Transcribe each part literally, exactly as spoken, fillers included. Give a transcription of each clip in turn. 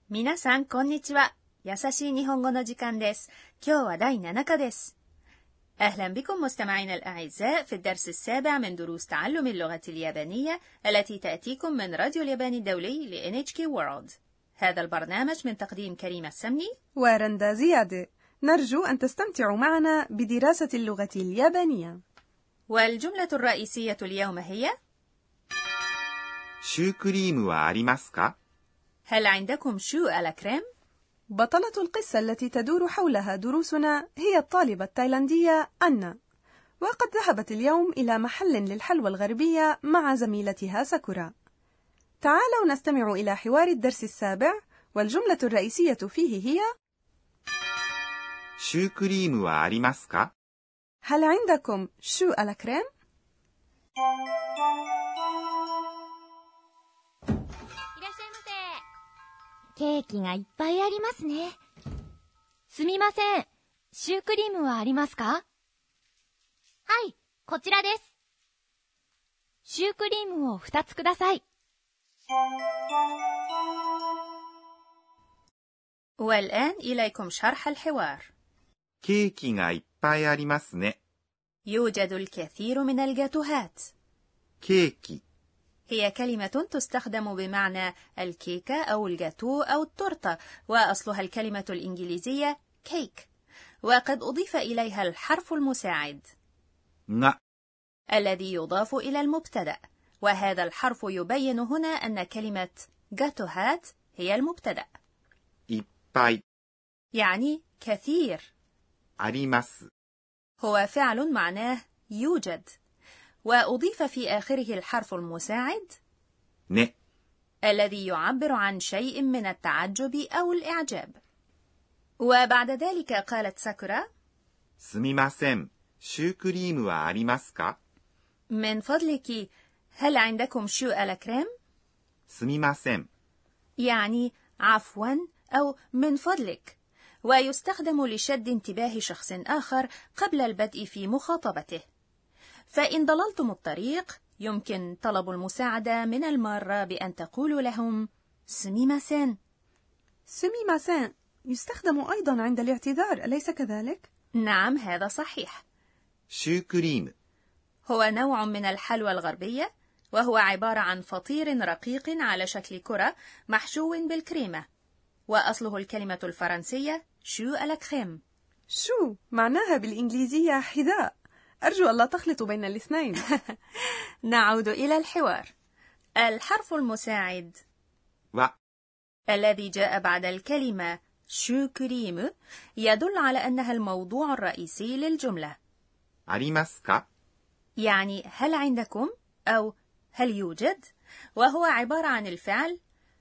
皆さん、こんにちは。優しい日本語の時間です。今日はだいなな課です。أهلا بكم مستمعينا الأعزاء في الدرس السابع من دروس تعلم اللغة اليابانية التي تأتيكم من راديو اليابان الدولي ل إن إتش كي World. هذا البرنامج من تقديم كريمة السمني ورندا زيادة. نرجو أن تستمتعوا معنا بدراسة اللغة اليابانية. والجملة الرئيسية اليوم هي シュークリームはありますか؟ هل عندكم شو ألا كريم؟ بطلة القصة التي تدور حولها دروسنا هي الطالبة التايلاندية أنا، وقد ذهبت اليوم إلى محل للحلوى الغربية مع زميلتها ساكورا. تعالوا نستمع إلى حوار الدرس السابع، والجملة الرئيسية فيه هي シュークリームはありますか？ هل عندكم شو ألا كريم؟ ケーキがいっぱいありますね。すみません。シュークリームはありますか？はい、こちらです。シュークリームをふたつください。 والآن إليكم شرح الحوار. ケーキがいっぱいありますね。 يوجد الكثير من الجاتوهات. ケーキ هي كلمة تستخدم بمعنى الكيكة أو الجاتو أو التورتة، وأصلها الكلمة الإنجليزية كيك، وقد أضيف إليها الحرف المساعد が الذي يضاف إلى المبتدأ، وهذا الحرف يبين هنا أن كلمة جاتوهات هي المبتدأ. いっぱい يعني كثير. あります هو فعل معناه يوجد، وأضيف في آخره الحرف المساعد ね الذي يعبر عن شيء من التعجب أو الإعجاب. وبعد ذلك قالت ساكورا すみません。シュークリームはありますか？ من فضلك هل عندكم شو ألا كريم؟ すみません يعني عفوا أو من فضلك، ويستخدم لشد انتباه شخص آخر قبل البدء في مخاطبته. فإن ضللتم الطريق يمكن طلب المساعدة من المارة بأن تقولوا لهم سميماسين. سميماسين يستخدم أيضا عند الاعتذار، أليس كذلك؟ نعم، هذا صحيح. シュークリーム هو نوع من الحلوى الغربية، وهو عبارة عن فطير رقيق على شكل كرة محشو بالكريمة، وأصله الكلمة الفرنسية شو ألا كريم. شو معناها بالإنجليزية حذاء. أرجو ألا تخلطوا بين الاثنين. نعود إلى الحوار. الحرف المساعد は الذي جاء بعد الكلمة شو كريم يدل على أنها الموضوع الرئيسي للجملة. ありますか？ يعني هل عندكم أو هل يوجد، وهو عبارة عن الفعل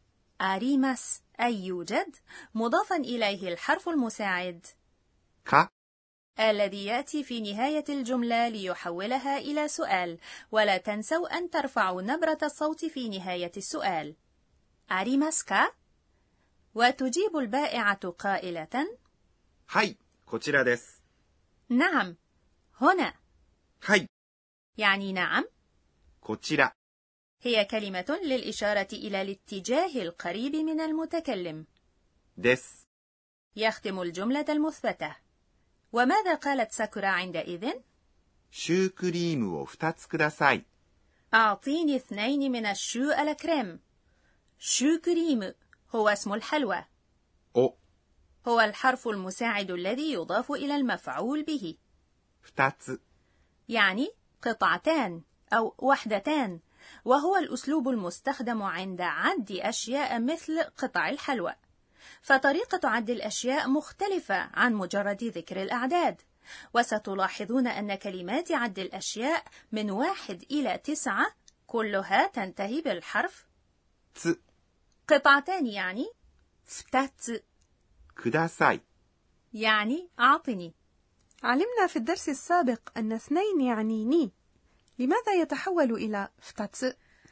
آريماس أي يوجد، مضافا إليه الحرف المساعد か الذي يأتي في نهاية الجملة ليحولها إلى سؤال. ولا تنسوا أن ترفعوا نبرة الصوت في نهاية السؤال. آريماس كا؟ وتجيب البائعة قائلة はい、こちらです。 نعم، هنا. はい、 يعني نعم. こちら هي كلمة للإشارة إلى الاتجاه القريب من المتكلم. です。 يختم الجملة المثبتة. وماذا قالت ساكورا عندئذ؟ シュークリームをふたつください。 أعطيني اثنين من الشو ألا كريم. شو كريم هو اسم الحلوى. を هو الحرف المساعد الذي يضاف إلى المفعول به. ふたつ يعني قطعتان أو وحدتان، وهو الأسلوب المستخدم عند عد أشياء مثل قطع الحلوى. فطريقة عد الأشياء مختلفة عن مجرد ذكر الأعداد، وستلاحظون أن كلمات عد الأشياء من واحد إلى تسعة كلها تنتهي بالحرف つ قطعتان، يعني فتات ください。 يعني أعطني. علمنا في الدرس السابق أن اثنين يعني ني، لماذا يتحول إلى فتاتس؟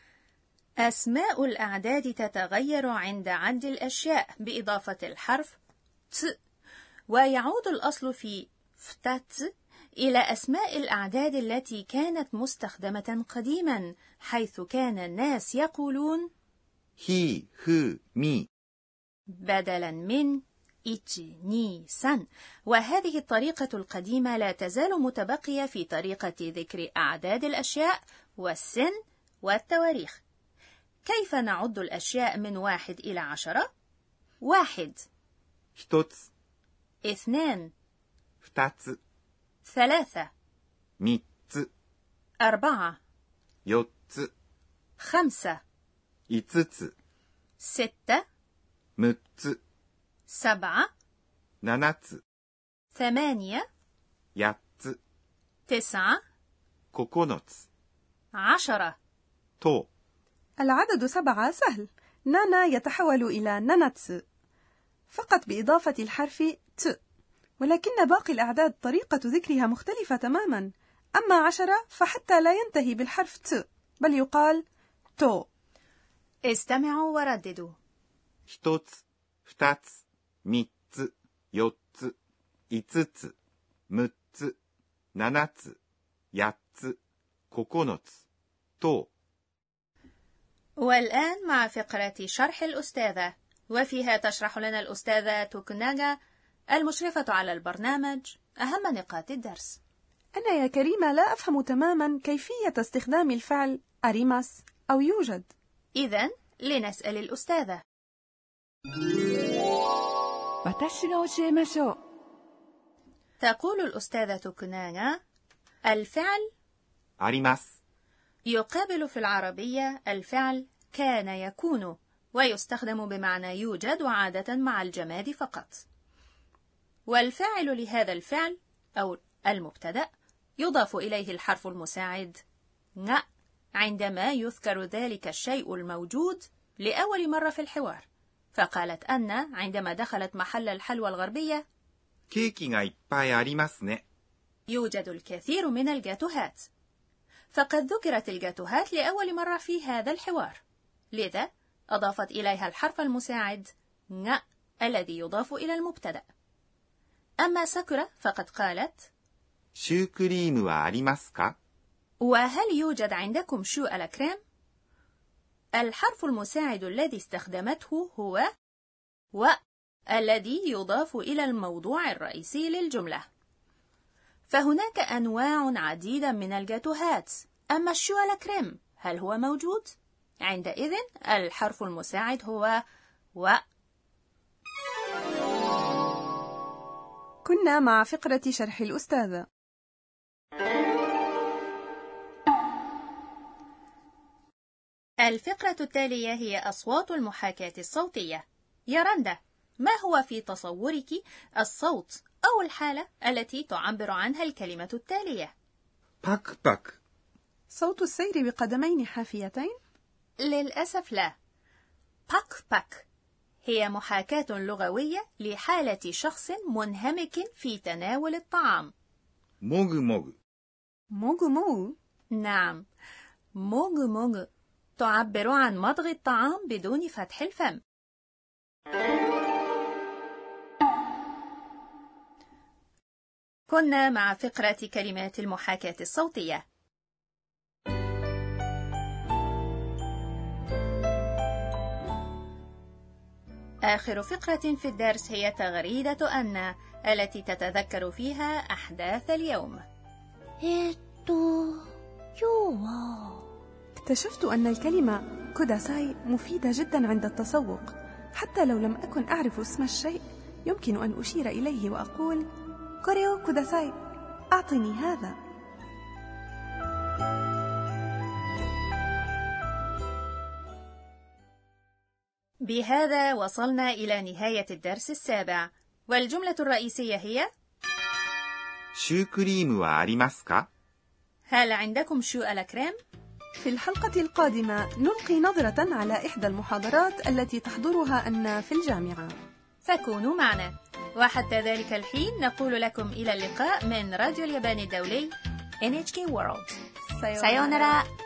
أسماء الأعداد تتغير عند عد الأشياء بإضافة الحرف ت، ويعود الأصل في فتات إلى أسماء الأعداد التي كانت مستخدمة قديما، حيث كان الناس يقولون هي، هو، مي بدلا من إيتشي ني سان. وهذه الطريقة القديمة لا تزال متبقية في طريقة ذكر أعداد الأشياء والسن والتواريخ. كيف نعد الأشياء من واحد إلى عشرة؟ واحد، 一つ اثنان، 二つ ثلاثة، 三つ أربعة، 四つ خمسة، 五つ ستة، 六つ سبعة، 七つ ثمانية، 八つ تسعة، 九つ عشرة. と العدد سبعة سهل. نانا يتحول إلى ناناتس فقط بإضافة الحرف ت، ولكن باقي الأعداد طريقة ذكرها مختلفة تماما. أما عشرة فحتى لا ينتهي بالحرف ت بل يقال تو. استمعوا ورددوا. 一つ、二つ、三つ、四つ、五つ、六つ、七つ、八つ、九つ、と والآن مع فقرة شرح الأستاذة، وفيها تشرح لنا الأستاذة توكناغا المشرفة على البرنامج أهم نقاط الدرس. أنا يا كريمة لا أفهم تماما كيفية استخدام الفعل أريماس أو يوجد. إذن لنسأل الأستاذة. تقول الأستاذة توكناغا: الفعل あります يقابل في العربية الفعل كان يكون، ويستخدم بمعنى يوجد وعادة مع الجماد فقط. والفاعل لهذا الفعل أو المبتدأ يضاف إليه الحرف المساعد ن عندما يذكر ذلك الشيء الموجود لأول مرة في الحوار. فقالت أن عندما دخلت محل الحلوى الغربية: ケーキがいっぱいありますね يوجد الكثير من الجاتوهات. فقد ذكرت الجاتوهات لأول مرة في هذا الحوار، لذا أضافت إليها الحرف المساعد ن الذي يضاف إلى المبتدأ. أما ساكورا فقد قالت: シュークリームはありますか وهل يوجد عندكم شو ألا كريم؟ الحرف المساعد الذي استخدمته هو و الذي يضاف إلى الموضوع الرئيسي للجملة. فهناك أنواع عديدة من الجاتوهات، أما الشو ألا كريم هل هو موجود؟ عندئذ الحرف المساعد هو و. كنا مع فقرة شرح الأستاذة. الفقرة التالية هي أصوات المحاكاة الصوتية. يا رندا، ما هو في تصورك الصوت أو الحالة التي تعبر عنها الكلمة التالية؟ パクパク صوت السير بقدمين حافيتين؟ للأسف لا. باك باك هي محاكاة لغوية لحالة شخص منهمك في تناول الطعام. もぐもぐ موغو موغو. نعم، موغ موغ تعبر عن مضغ الطعام بدون فتح الفم. كنا مع فقرة كلمات المحاكاة الصوتية. آخر فقرة في الدرس هي تغريدة أن التي تتذكر فيها أحداث اليوم. اكتشفت أن الكلمة كوداساي مفيدة جدا عند التسوق. حتى لو لم أكن أعرف اسم الشيء يمكن أن أشير إليه وأقول: كوريو كوداساي، أعطني هذا. بهذا وصلنا إلى نهاية الدرس السابع، والجملة الرئيسية هي: シュークリームはありますか هل عندكم شو ألا كريم؟ في الحلقة القادمة نلقي نظرة على إحدى المحاضرات التي تحضرها أن في الجامعة. فكونوا معنا، وحتى ذلك الحين نقول لكم إلى اللقاء من راديو اليابان الدولي إن إتش كي World. سايونارا.